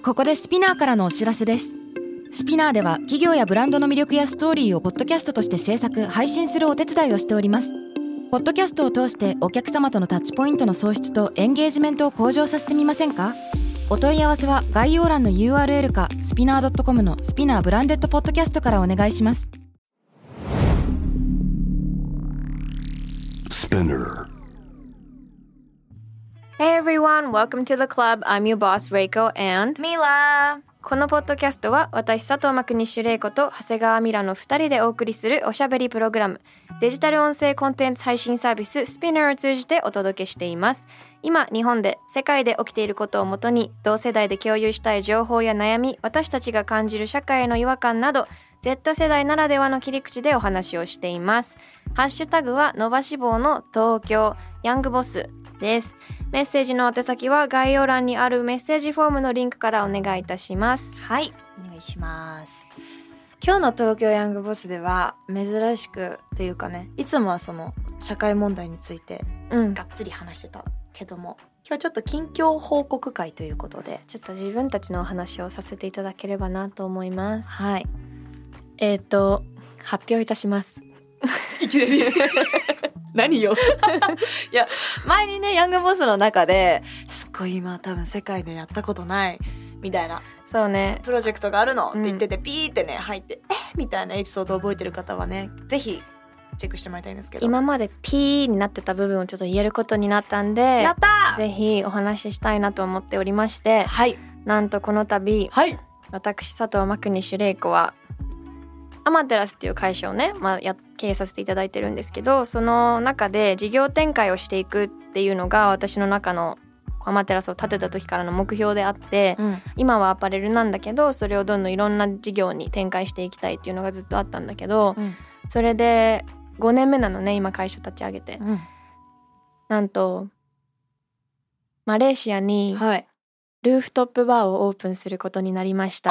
ここでスピナーからのお知らせです。スピナーでは企業やブランドの魅力やストーリーをポッドキャストとして制作・配信するお手伝いをしております。ポッドキャストを通してお客様とのタッチポイントの創出とエンゲージメントを向上させてみませんか？お問い合わせは概要欄の URL かスピナー .com のスピナーブランデッドポッドキャストからお願いします。 Spinner. Hey everyone, welcome to the club. I'm your boss, Reiko and Mila。 このポッドキャストは私佐藤真国主玲子と長谷川ミラの2人でお送りするおしゃべりプログラム、デジタル音声コンテンツ配信サービス Spinner を通じてお届けしています。今日本で世界で起きていることをもとに同世代で共有したい情報や悩み、私たちが感じる社会への違和感など Z 世代ならではの切り口でお話をしています。ハッシュタグは伸ばし棒の東京ヤングボスです。メッセージの宛先は概要欄にあるメッセージフォームのリンクからお願いいたします。 はい、お願いします。今日の東京ヤングボスでは珍しくというかね、いつもはその社会問題についてがっつり話してたけども、今日はちょっと近況報告会ということで、 ちょっと自分たちのお話をさせていただければなと思います。 はい。 発表いたします。 いきなり何よいや、前にねヤングボスの中ですっごい今多分世界でやったことないみたいなそうねプロジェクトがあるのって言ってて、ピーってね入ってみたいなエピソードを覚えてる方はねぜひチェックしてもらいたいんですけど、 今までピーになってた部分をちょっと言えることになったんで、 やったー、 ぜひお話ししたいなと思っておりまして、 はい、 なんとこの度、 はい、 私佐藤真国主玲子はアマテラスっていう会社をね、経営させていただいてるんですけど、その中で事業展開をしていくっていうのが私の中のアマテラスを立てた時からの目標であって、今はアパレルなんだけどそれをどんどんいろんな事業に展開していきたいっていうのがずっとあったんだけど、それで5年目なのね、今会社立ち上げて、なんとマレーシアにルーフトップバーをオープンすることになりました。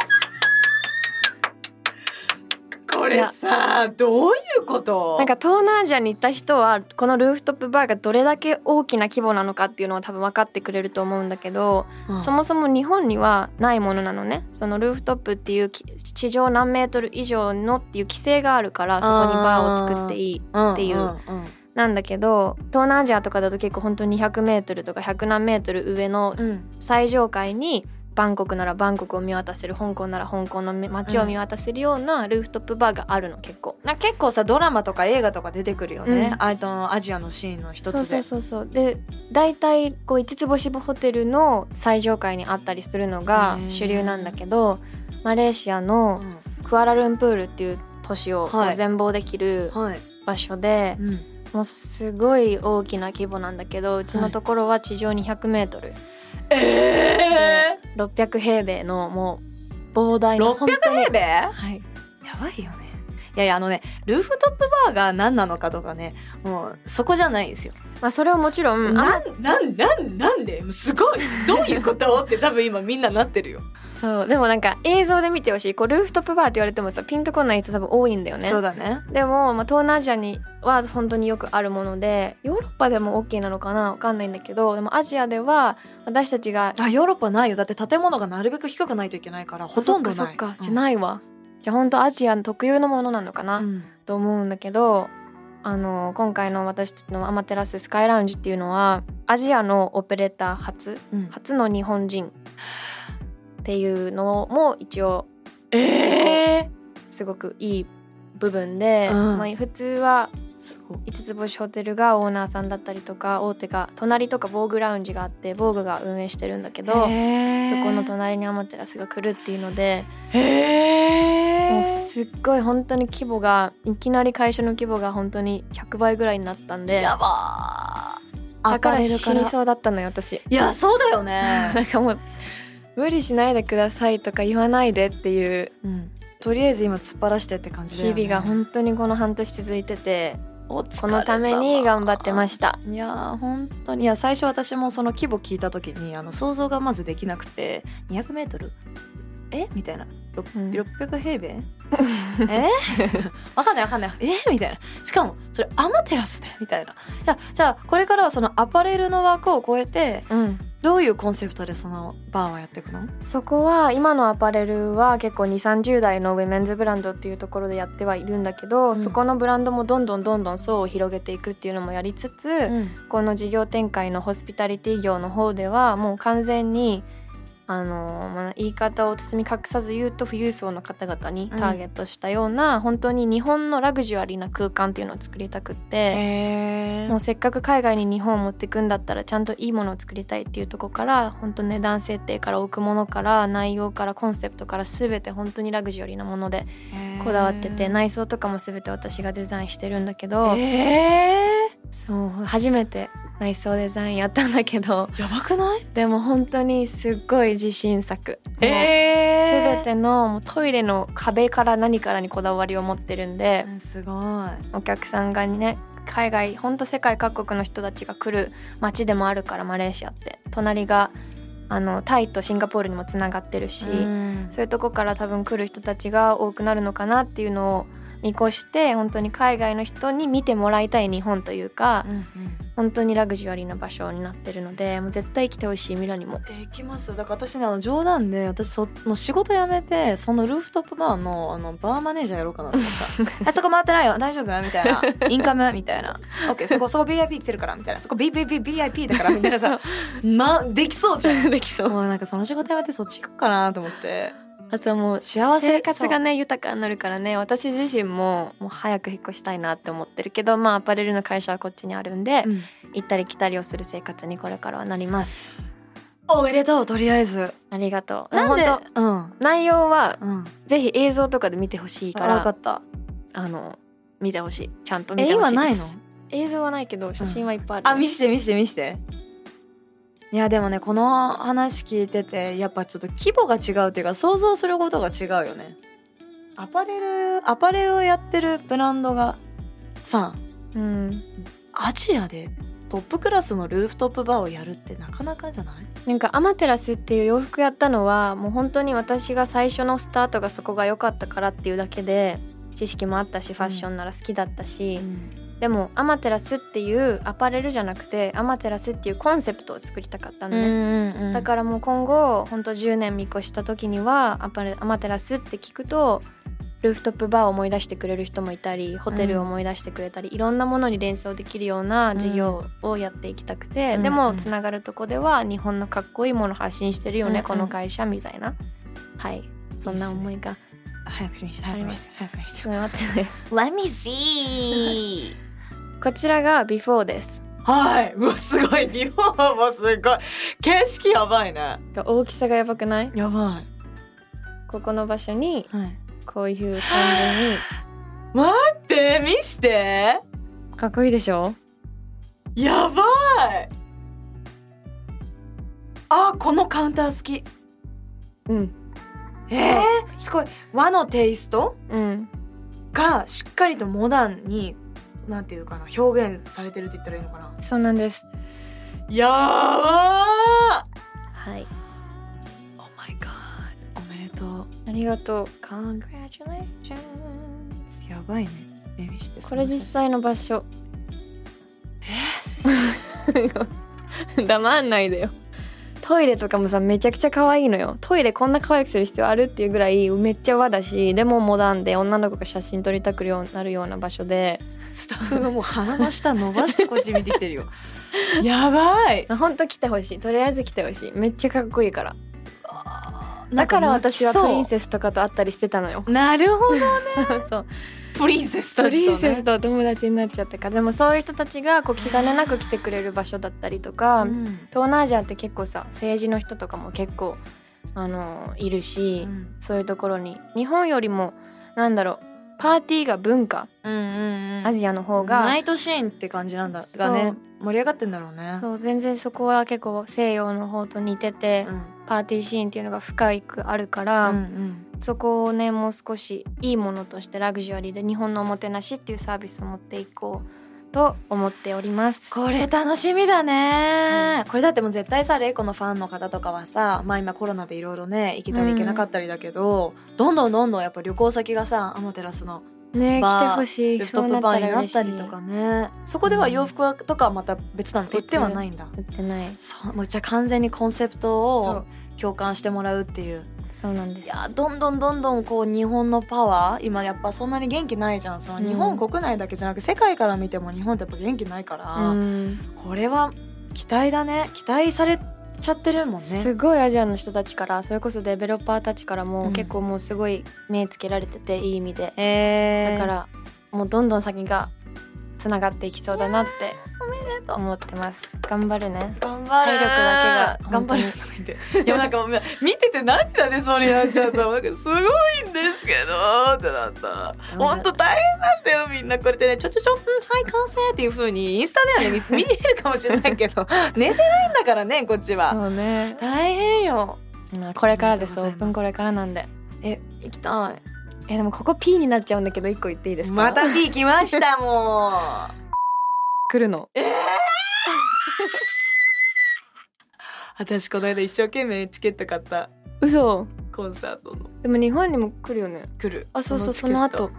これさ、どういうこと？ なんか東南アジアに行った人はこのルーフトップバーがどれだけ大きな規模なのかっていうのを多分分かってくれると思うんだけど、そもそも日本にはないものなのね。そのルーフトップっていう地上何メートル以上のっていう規制があるから、そこにバーを作っていいっていうなんだけど、東南アジアとかだと結構本当に200メートルとか100何メートル上の最上階にバンコクならバンコクを見渡せる、香港なら香港の街を見渡せるようなルーフトップバーがあるの。結構さドラマとか映画とか出てくるよね、アジアのシーンの一つで。 そうで、大体こう5つ星ホテルの最上階にあったりするのが主流なんだけど、マレーシアのクアラルンプールっていう都市をこう全貌できる場所で、もうすごい大きな規模なんだけど、うちのところは地上200メートル、600平米のもう膨大な 600平米？ はい、 やばいよね。いやルーフトップバーが何なのかとかね、もうそこじゃないんですよ。 それをもちろんなんですごいどういうことって多分今みんななってるよ。 そうでもなんか映像で見てほしい。こうルーフトップバーって言われてもさピンとこない人多分多いんだよね。 そうだね。 でも、東南アジアには本当によくあるもので、ヨーロッパでも OK なのかな、わかんないんだけど、でもアジアでは私たちがヨーロッパないよ。だって建物がなるべく低くないといけないからほとんどない。 そっか、じゃないわ。じゃあ本当アジア特有のものなのかな、と思うんだけど、今回の私たちのアマテラススカイラウンジっていうのはアジアのオペレーター初の日本人っていうのも一応すごくいい部分で、普通は5つ星ホテルがオーナーさんだったりとか、大手が隣とかボーグラウンジがあってボーグが運営してるんだけど、そこの隣にアマテラスが来るっていうので、もうすっごい本当に規模がいきなり会社の規模が本当に100倍ぐらいになったんで、 やばー、だから死にそうだったのよ私。 いやそうだよねなんかもう無理しないでくださいとか言わないでっていう、 とりあえず今突っ張らしてって感じだよね。 日々が本当にこの半年続いてて、このために頑張ってました。 いや本当に、いや最初私もその規模聞いた時に想像がまずできなくて、200メートルみたいな、600平米わかんないみたいな。しかもそれアマテラスでみたいな。じゃあこれからはそのアパレルの枠を超えて、 どういうコンセプトでそのバーはやっていくの？ そこは今のアパレルは結構 2,30 代のウィメンズブランドっていうところでやってはいるんだけど、そこのブランドもどんどん層を広げていくっていうのもやりつつ、この事業展開のホスピタリティ業の方ではもう完全に言い方を包み隠さず言うと富裕層の方々にターゲットしたような、本当に日本のラグジュアリーな空間っていうのを作りたくって、もうせっかく海外に日本を持っていくんだったらちゃんといいものを作りたいっていうところから、本当値段設定から置くものから内容からコンセプトから全て本当にラグジュアリーなものでこだわってて、内装とかも全て私がデザインしてるんだけど、そう初めて内装デザインやったんだけど、 やばくない？ でも本当にすっごい自信作。全てのもうトイレの壁から何からにこだわりを持ってるんで、 すごい。 お客さんがね、海外本当世界各国の人たちが来る街でもあるから、マレーシアって隣がタイとシンガポールにもつながってるし、そういうとこから多分来る人たちが多くなるのかなっていうのを見越して、本当に海外の人に見てもらいたい日本というか、本当にラグジュアリーな場所になってるので、もう絶対来てほしい。ミラにも行きます。だから私ね、冗談で私もう仕事辞めてそのルーフトップバーのバーマネージャーやろうかなと思ったそこ回ってないよ大丈夫みたいなインカムみたいなオッケーそこ VIP 来てるからみたいな、そこ VIP だからみたいなさできそうじゃんできそう。もうなんかその仕事辞めてそっち行こうかなと思って。 あともう幸せ生活がね豊かになるからね、私自身もう早く引っ越したいなって思ってるけど、アパレルの会社はこっちにあるんで、行ったり来たりをする生活にこれからはなります。 おめでとう。とりあえずありがとう。 なんで、 内容は、ぜひ映像とかで見てほしいから。 分かった。 見てほしい。ちゃんと見てほしいです。 今ないの？ 映像はないけど写真はいっぱいある、 見して。いやでもね、この話聞いててやっぱちょっと規模が違うっていうか、想像することが違うよね。アパレルをやってるブランドがさ、アジアでトップクラスのルーフトップバーをやるってなかなかじゃない？ なんかアマテラスっていう洋服やったのはもう本当に私が最初のスタートがそこが良かったからっていうだけで、知識もあったしファッションなら好きだったし、でもアマテラスっていうアパレルじゃなくてアマテラスっていうコンセプトを作りたかったのね、だからもう今後本当10年見越した時にはアマテラスって聞くとルーフトップバーを思い出してくれる人もいたり、ホテルを思い出してくれたり、いろんなものに連想できるような事業をやっていきたくて、でもつながるとこでは日本のかっこいいもの発信してるよね、この会社みたいな、そんな思いが早く見せて。 ちょっと待ってね Let me see こちらがビフォーです。 はい、もうすごい。ビフォーもすごい。景色やばいね。 大きさがやばくない？ やばい。 ここの場所に、こういう感じに待って見して。 かっこいいでしょ？ やばい。このカウンター好き。すごい和のテイスト、がしっかりとモダンになんていうかな、表現されてるって言ったらいいのかな。 そうなんです。 やばー。 はい。 Oh my god。おめでとう。 ありがとう。 Congratulations。やばいね。見して。 これ実際の場所。黙んないでよ。トイレとかもさめちゃくちゃ可愛いのよ。トイレこんな可愛くする必要あるっていうぐらいめっちゃ和だし、でもモダンで女の子が写真撮りたくなるような場所で、 スタッフがもう鼻の下伸ばしてこっち見てきてるよやばい。 ほんと来てほしい。とりあえず来てほしい。めっちゃかっこいいから。だから私はプリンセスとかと会ったりしてたのよ。 なるほどねそうプリンセスたちとね。 プリンセスと友達になっちゃったから。でもそういう人たちがこう気兼ねなく来てくれる場所だったりとか、東南アジアって結構さ政治の人とかも結構いるし、そういうところに日本よりもなんだろう、パーティーが文化、アジアの方がナイトシーンって感じなんだがね、盛り上がってんだろうね。 そう全然そこは結構西洋の方と似てて、パーティーシーンっていうのが深くあるから、そこをねもう少しいいものとしてラグジュアリーで日本のおもてなしっていうサービスを持っていこうと思っております。 これ楽しみだね、これだってもう絶対さ、レイコのファンの方とかはさ、今コロナでいろいろね行けたり行けなかったりだけど、どんどんやっぱ旅行先がさアマテラスのね、来てほしい。 ルーフトップバーになったりとかね。そこでは洋服とかはまた別なの、売ってはないんだ。 売ってない。 そう、もうじゃあ完全にコンセプトを共感してもらうっていう。 そうなんです。 いや、どんどんこう日本のパワー、今やっぱそんなに元気ないじゃん。その日本国内だけじゃなく、世界から見ても日本ってやっぱ元気ないから、これは期待だね。期待されちゃってるもんね。 すごいアジアの人たちから、それこそデベロッパーたちからも結構もうすごい目つけられてて、いい意味で、だからもうどんどん先がつながっていきそうだなって思ってます。頑張るね。 頑張る。 体力だけが頑張るとか言って。いやなんか見てて涙出そうになっちゃった。なんかすごいんですけどってなった。本当大変なんだよみんな。これでね、はい完成っていう風にインスタではね見えるかもしれないけど寝てないんだからねこっちは。 そうね。 大変よ。 これからです。オープンこれからなんで。 行きたい。 でもここ P になっちゃうんだけど、1個言っていいですか？ また P 来ましたもう。 来るの。 私この間一生懸命チケット買った。 嘘。 コンサートの。 でも日本にも来るよね。 来る。 あ、そうそう、その後。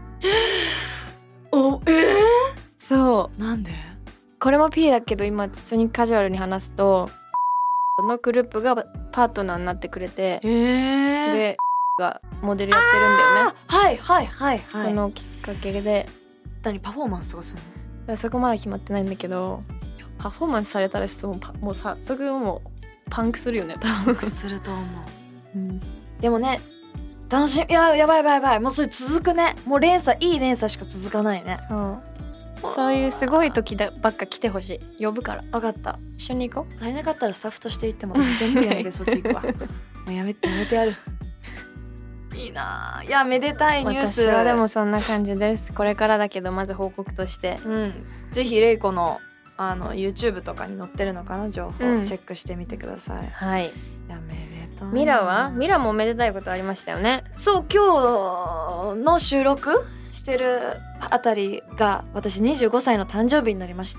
そう。 なんで？これも P だけど、今普通にカジュアルに話すと、このグループがパートナーになってくれて、でがモデルやってるんだよね。 はい。 そのきっかけで。 何パフォーマンスとかするの？そこまだ決まってないんだけど、パフォーマンスされたらもう早速もうパンクするよね。 パンクすると思う。でもね、楽しみ。やばい。もうそれ続くね。もういい連鎖しか続かないね。 そういうすごい時ばっか来てほしい。呼ぶから。 分かった。 一緒に行こう。 足りなかったらスタッフとして行っても全部やめてそっち行くわ。もうやめてやる。いいな。いや、めでたいニュース。 私はでもそんな感じです。これからだけど、まず報告として、 ぜひレイコのYouTube とかに載ってるのかな、情報、チェックしてみてください。 はい。 いや、めでたい。 ミラもめでたいことありましたよね。 そう、今日の収録してるあたりが私25歳の誕生日になりまして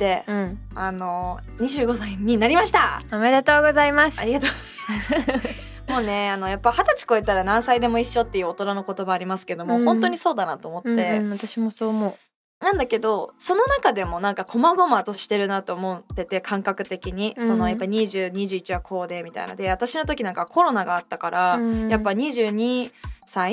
、25歳になりました。 おめでとうございます。 ありがとうございます。もうね、やっぱ20歳超えたら何歳でも一緒っていう大人の言葉ありますけども、本当にそうだなと思って、 私もそう思う。 なんだけど、その中でもなんか細々としてるなと思ってて、感覚的に、そのやっぱ20、21はこうでみたいなで、私の時なんかコロナがあったから、やっぱ22歳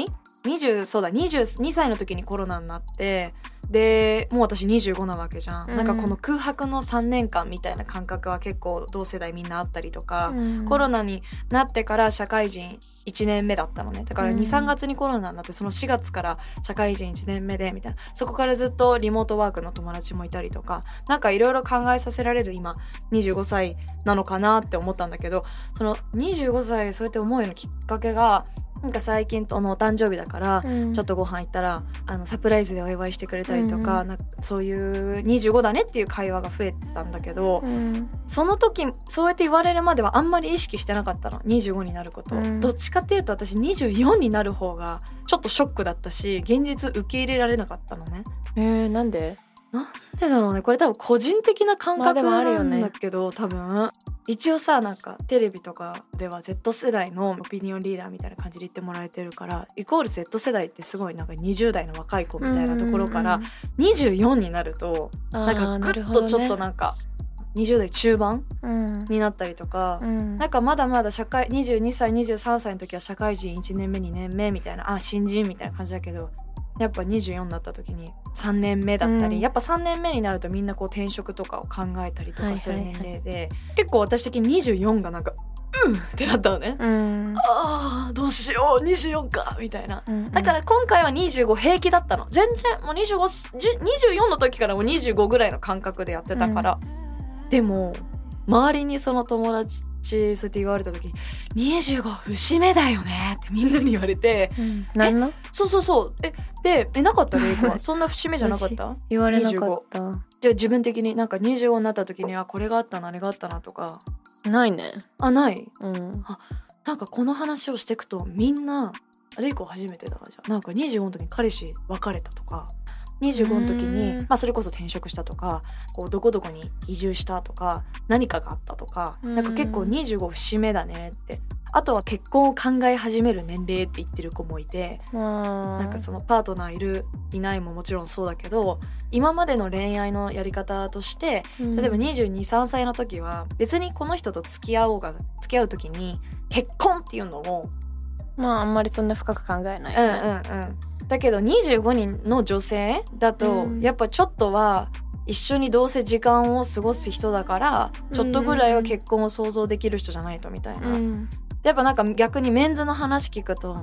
22歳の時にコロナになって、でもう私25なわけじゃん、なんかこの空白の3年間みたいな感覚は結構同世代みんなあったりとか、コロナになってから社会人1年目だったのね。だから 2,3 月にコロナになって、その4月から社会人1年目でみたいな、そこからずっとリモートワークの友達もいたりとか、なんかいろいろ考えさせられる今25歳なのかなって思ったんだけど、その25歳そうやって思うようなきっかけが、なんか最近お誕生日だから、ちょっとご飯行ったらサプライズでお祝いしてくれたりとか、なんかそういう25だねっていう会話が増えたんだけど、その時そうやって言われるまではあんまり意識してなかったの、25になること、どっちかっていうと私24になる方がちょっとショックだったし、現実受け入れられなかったのね。 なんでだろうね。これ多分個人的な感覚なんだけど、多分一応さ、なんかテレビとかでは Z 世代のオピニオンリーダーみたいな感じで言ってもらえてるから、イコール Z 世代ってすごいなんか20代の若い子みたいなところから、24になるとなんかグッとちょっとなんか20代中盤になったりとか、なんかまだまだ22歳23歳の時は社会人1年目2年目みたいな、新人みたいな感じだけど、やっぱ24になった時に3年目だったり、やっぱ3年目になるとみんなこう転職とかを考えたりとかする年齢で、結構私的に24がなんかってなったのね、どうしよう24かみたいな、だから今回は25平気だったの。全然もう24の時からもう25ぐらいの感覚でやってたから、でも周りにその友達そうやって言われた時に25節目だよねってみんなに言われて、 何の？ そうでなかったレイコはそんな節目じゃなかった？ 言われなかった。 じゃあ自分的になんか25になった時にこれがあったなあれがあったなとかないね。 ない、なんかこの話をしていくとみんなレイコ初めてだから、じゃあなんか25の時に彼氏別れたとか、25の時にそれこそ転職したとか、こうどこどこに移住したとか何かがあったとか、なんか結構25節目だねって、 あとは結婚を考え始める年齢って言ってる子もいて、なんかそのパートナーいるいないももちろんそうだけど、今までの恋愛のやり方として、例えば22、3歳の時は別にこの人と付き合う時に結婚っていうのをあんまりそんな深く考えないよね。だけど25人の女性だと、やっぱちょっとは一緒にどうせ時間を過ごす人だから、ちょっとぐらいは結婚を想像できる人じゃないとみたいな、やっぱなんか逆にメンズの話聞くと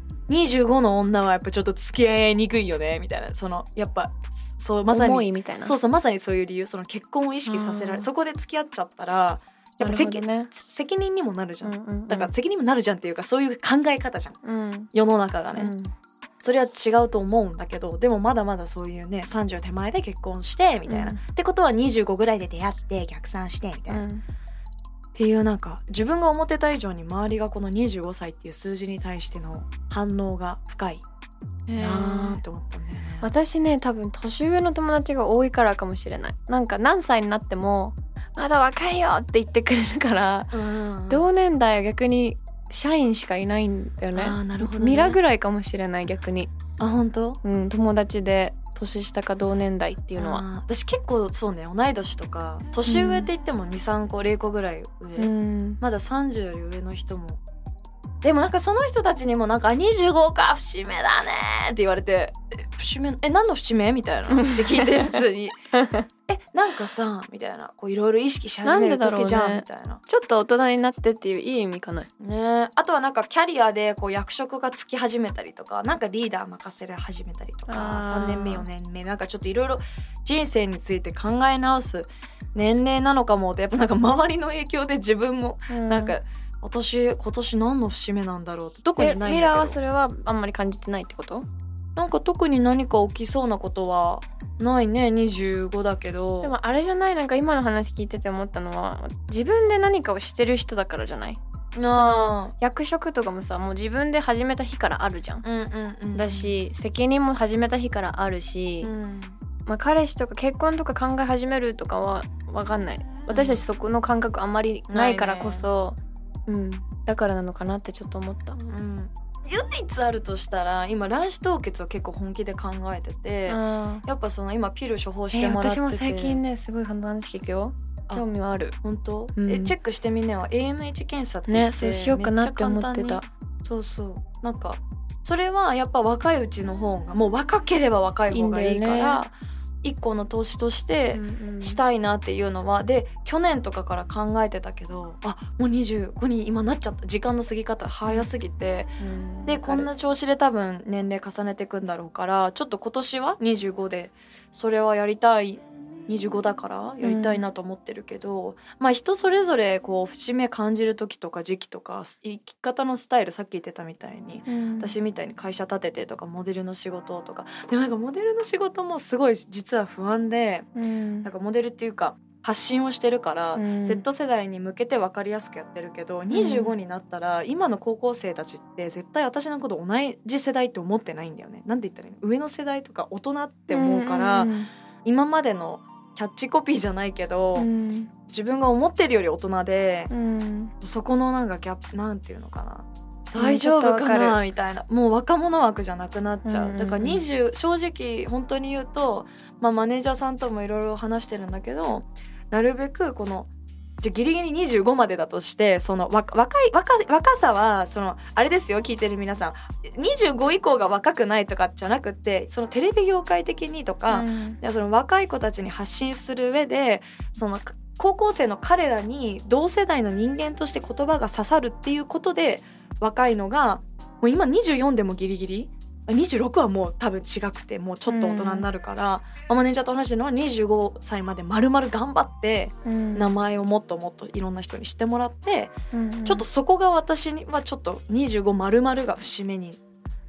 25の女はやっぱちょっと付き合いにくいよねみたいな、そのやっぱそうまさに重いみたいな、 そうまさにそういう理由、その結婚を意識させられ、そこで付き合っちゃったらやっぱ責任にもなるじゃん、だから責任にもなるじゃんっていうか、そういう考え方じゃん、世の中がね、それは違うと思うんだけど、でもまだまだそういうね30手前で結婚してみたいな、ってことは25ぐらいで出会って逆算してみたいな、っていう、なんか自分が思ってた以上に周りがこの25歳っていう数字に対しての反応が深いなーって思ったんだよね。 私ね、多分年上の友達が多いからかもしれない。なんか何歳になってもまだ若いよって言ってくれるから、同年代は逆に社員しかいないんだよね。 なるほどね。 ミラぐらいかもしれない、逆に。 本当？ 友達で年下か同年代っていうのは。 私結構そうね、同い年とか年上って言っても 2,3 個0個ぐらい上、まだ30より上の人も。でもなんかその人たちにもなんか25か節目だねって言われて、節目何の節目みたいなって聞いて、普通になんかさみたいな、こういろいろ意識し始める時じゃんみたいな、 ちょっと大人になってっていういい意味かなね。あとはなんかキャリアでこう役職がつき始めたりとか、なんかリーダー任せ始めたりとか、3年目4年目なんかちょっといろいろ人生について考え直す年齢なのかもって、やっぱなんか周りの影響で自分もなんか、私今年何の節目なんだろうって特にないんだけど。 ミラはそれはあんまり感じてないってこと？ なんか特に何か起きそうなことはないね。25だけど。 でもあれじゃない、なんか今の話聞いてて思ったのは、自分で何かをしてる人だからじゃない？役職とかもさ、もう自分で始めた日からあるじゃん、だし責任も始めた日からあるし、彼氏とか結婚とか考え始めるとかは分かんない。私たちそこの感覚あんまりないからこそ、だからなのかなってちょっと思った。 唯一あるとしたら、今卵子凍結を結構本気で考えてて、やっぱその今ピル処方してもらってて、 私も最近ねすごい話聞くよ。興味はある。 本当？チェックしてみなよ。 AMH 検査って言って、 そうしようかなって思ってた。 そうなんかそれはやっぱ若いうちの方が、もう若ければ若い方がいいから、一個の投資としてしたいなっていうのは、で去年とかから考えてたけど、もう25に今なっちゃった。時間の過ぎ方早すぎて、でこんな調子で多分年齢重ねていくんだろうから、ちょっと今年は25でそれはやりたい、25だからやりたいなと思ってるけど、人それぞれこう節目感じる時とか時期とか生き方のスタイル、さっき言ってたみたいに、私みたいに会社立ててとかモデルの仕事とか、でもなんかモデルの仕事もすごい実は不安で、なんかモデルっていうか発信をしてるから、Z 世代に向けて分かりやすくやってるけど、25になったら今の高校生たちって絶対私のこと同じ世代って思ってないんだよね。なんて言ったらいいの、上の世代とか大人って思うから、今までのキャッチコピーじゃないけど、自分が思ってるより大人で、そこのなんかギャップ、なんていうのかな、大丈夫かなみたいな、もう若者枠じゃなくなっちゃう。だから正直本当に言うと、マネージャーさんともいろいろ話してるんだけど、なるべくこのギリギリ25までだとして、その若さはそのあれですよ、聞いてる皆さん、25以降が若くないとかじゃなくて、そのテレビ業界的にとか、その若い子たちに発信する上で、その高校生の彼らに同世代の人間として言葉が刺さるっていうことで、若いのがもう今24でもギリギリ、26はもう多分違くて、もうちょっと大人になるから、マネージャーと話してるのは25歳まで丸々頑張って、名前をもっともっといろんな人に知ってもらって、ちょっとそこが私にはちょっと25丸々が節目に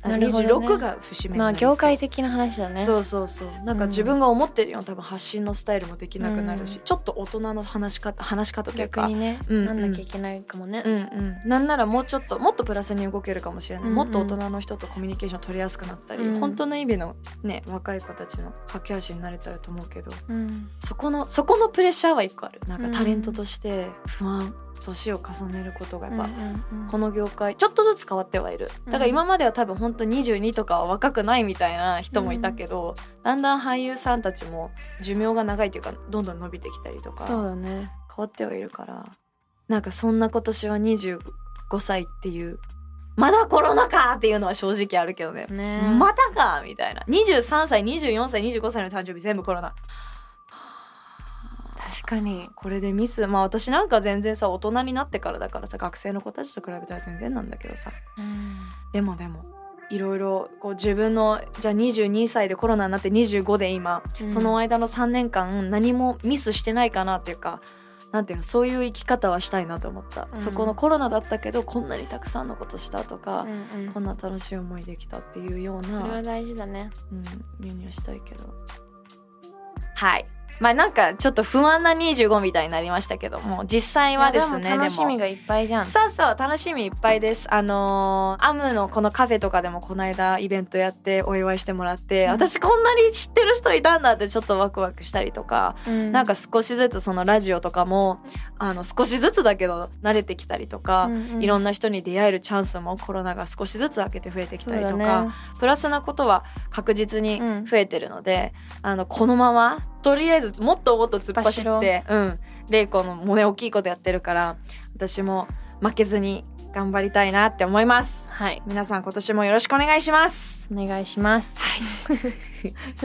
26が節目になりそう。 業界的な話だね。 そうなんか自分が思ってるような多分発信のスタイルもできなくなるし、ちょっと大人の話し方というか逆にね、なんなきゃいけないかもね。 なんならもっとプラスに動けるかもしれない。もっと大人の人とコミュニケーション取りやすくなったり、本当の意味のね若い子たちの架け橋になれたらと思うけど、そこのプレッシャーは一個ある。なんかタレントとして不安、年を重ねることがやっぱ、この業界ちょっとずつ変わってはいる。だから今までは多分本当22とかは若くないみたいな人もいたけど、だんだん俳優さんたちも寿命が長いというかどんどん伸びてきたりとか、 そうだね、 変わってはいるから、なんかそんな今年は25歳っていうまだコロナかっていうのは正直あるけどね、またかみたいな。23歳24歳25歳の誕生日全部コロナ。 確かにこれでミス、私なんか全然さ大人になってからだからさ、学生の子たちと比べたら全然なんだけどさ、でもいろいろこう自分のじゃあ22歳でコロナになって25で今、その間の3年間何もミスしてないかなっていうか、なんていうの、そういう生き方はしたいなと思った、そこのコロナだったけどこんなにたくさんのことしたとか、こんな楽しい思いできたっていうような、 それは大事だね。 輸入したいけど、はい、なんかちょっと不安な25みたいになりましたけども、実際はですね、 でも楽しみがいっぱいじゃん。 そう楽しみいっぱいです。アムのこのカフェとかでもこの間イベントやってお祝いしてもらって、私こんなに知ってる人いたんだってちょっとワクワクしたりとか、なんか少しずつそのラジオとかも少しずつだけど慣れてきたりとか、いろんな人に出会えるチャンスもコロナが少しずつ明けて増えてきたりとか、プラスなことは確実に増えてるので、このままとりあえずもっと突っ走って、レイコのもね大きいことやってるから、私も負けずに頑張りたいなって思います。 はい、 皆さん今年もよろしくお願いします。 お願いします。はい、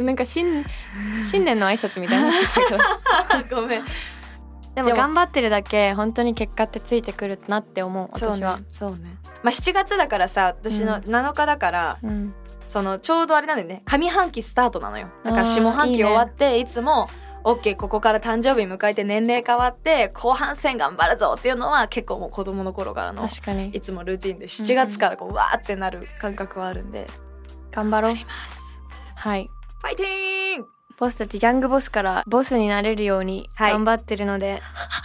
なんか新年の挨拶みたいなけどごめん。 でも頑張ってるだけ本当に結果ってついてくるなって思う、私は。 そうね。7月だからさ、私の7日だから、そのちょうどあれなんだよね、上半期スタートなのよ。だから下半期終わって、いつも OK ここから誕生日迎えて年齢変わって後半戦頑張るぞっていうのは結構もう子供の頃からのいつもルーティンで、7月からこうわーってなる感覚はあるんで、 頑張ろう。 頑張ります。 はい、 ファイティング。 ボスたちヤングボスからボスになれるように頑張ってるので、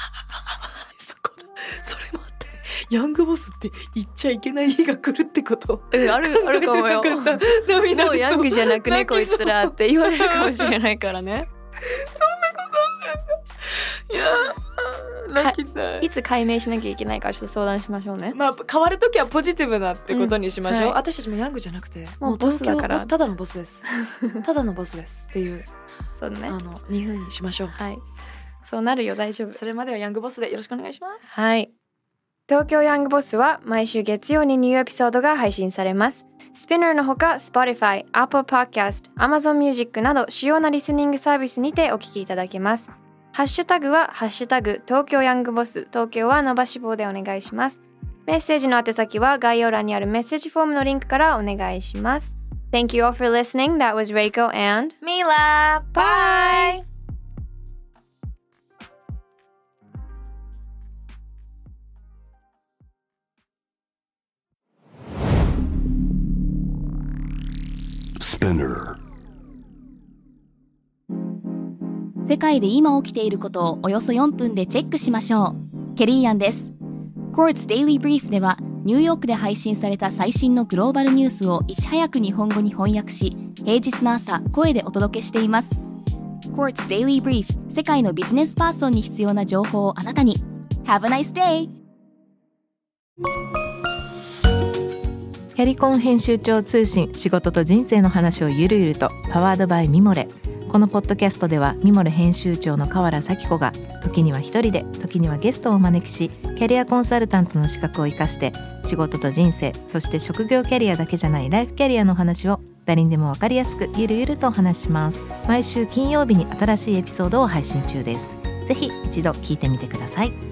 それもあったね。ヤングボスって言っちゃいけない日が来るってこと、 あるかもよ。もうヤングじゃなくねこいつらって言われるかもしれないからね。 そんなことあるんだ。いや泣きたい。 いつ解明しなきゃいけないかちょっと相談しましょうね。 変わるときはポジティブなってことにしましょう。私たちもヤングじゃなくてもうボスだから、 ただのボスですただのボスですっていうそうね、 2分にしましょう。 はい、そうなるよ、大丈夫。 それまではヤングボスでよろしくお願いします。 はい、東京ヤングボスは毎週月曜にニューエピソードが配信されます。Spinner のほか Spotify、Apple Podcast、Amazon Music など主要なリスニングサービスにてお聞きいただけます。ハッシュタグはハッシュタグ東京ヤングボス、東京は伸ばし棒でお願いします。メッセージの宛先は概要欄にあるメッセージフォームのリンクからお願いします。Thank you all for listening. That was Reiko and Mila. Bye. Spinner. 世界で今起きていることをおよそ4分でチェックしましょう。ケリーアンです。Quartz Daily Brief ではニューヨークで配信された最新のグローバルニュースをいち早く日本語に翻訳し、平日の朝声でお届けしています。Quartz Daily Brief、 世界のビジネスパーソンに必要な情報をあなたに。 Have a nice day! キャリコン編集長通信、仕事と人生の話をゆるゆると、パワードバイミモレ。このポッドキャストではミモレ編集長の河原咲子が時には一人で時にはゲストをお招きし、キャリアコンサルタントの資格を生かして仕事と人生、そして職業キャリアだけじゃないライフキャリアの話を誰にでも分かりやすくゆるゆるとお話します。毎週金曜日に新しいエピソードを配信中です。ぜひ一度聞いてみてください。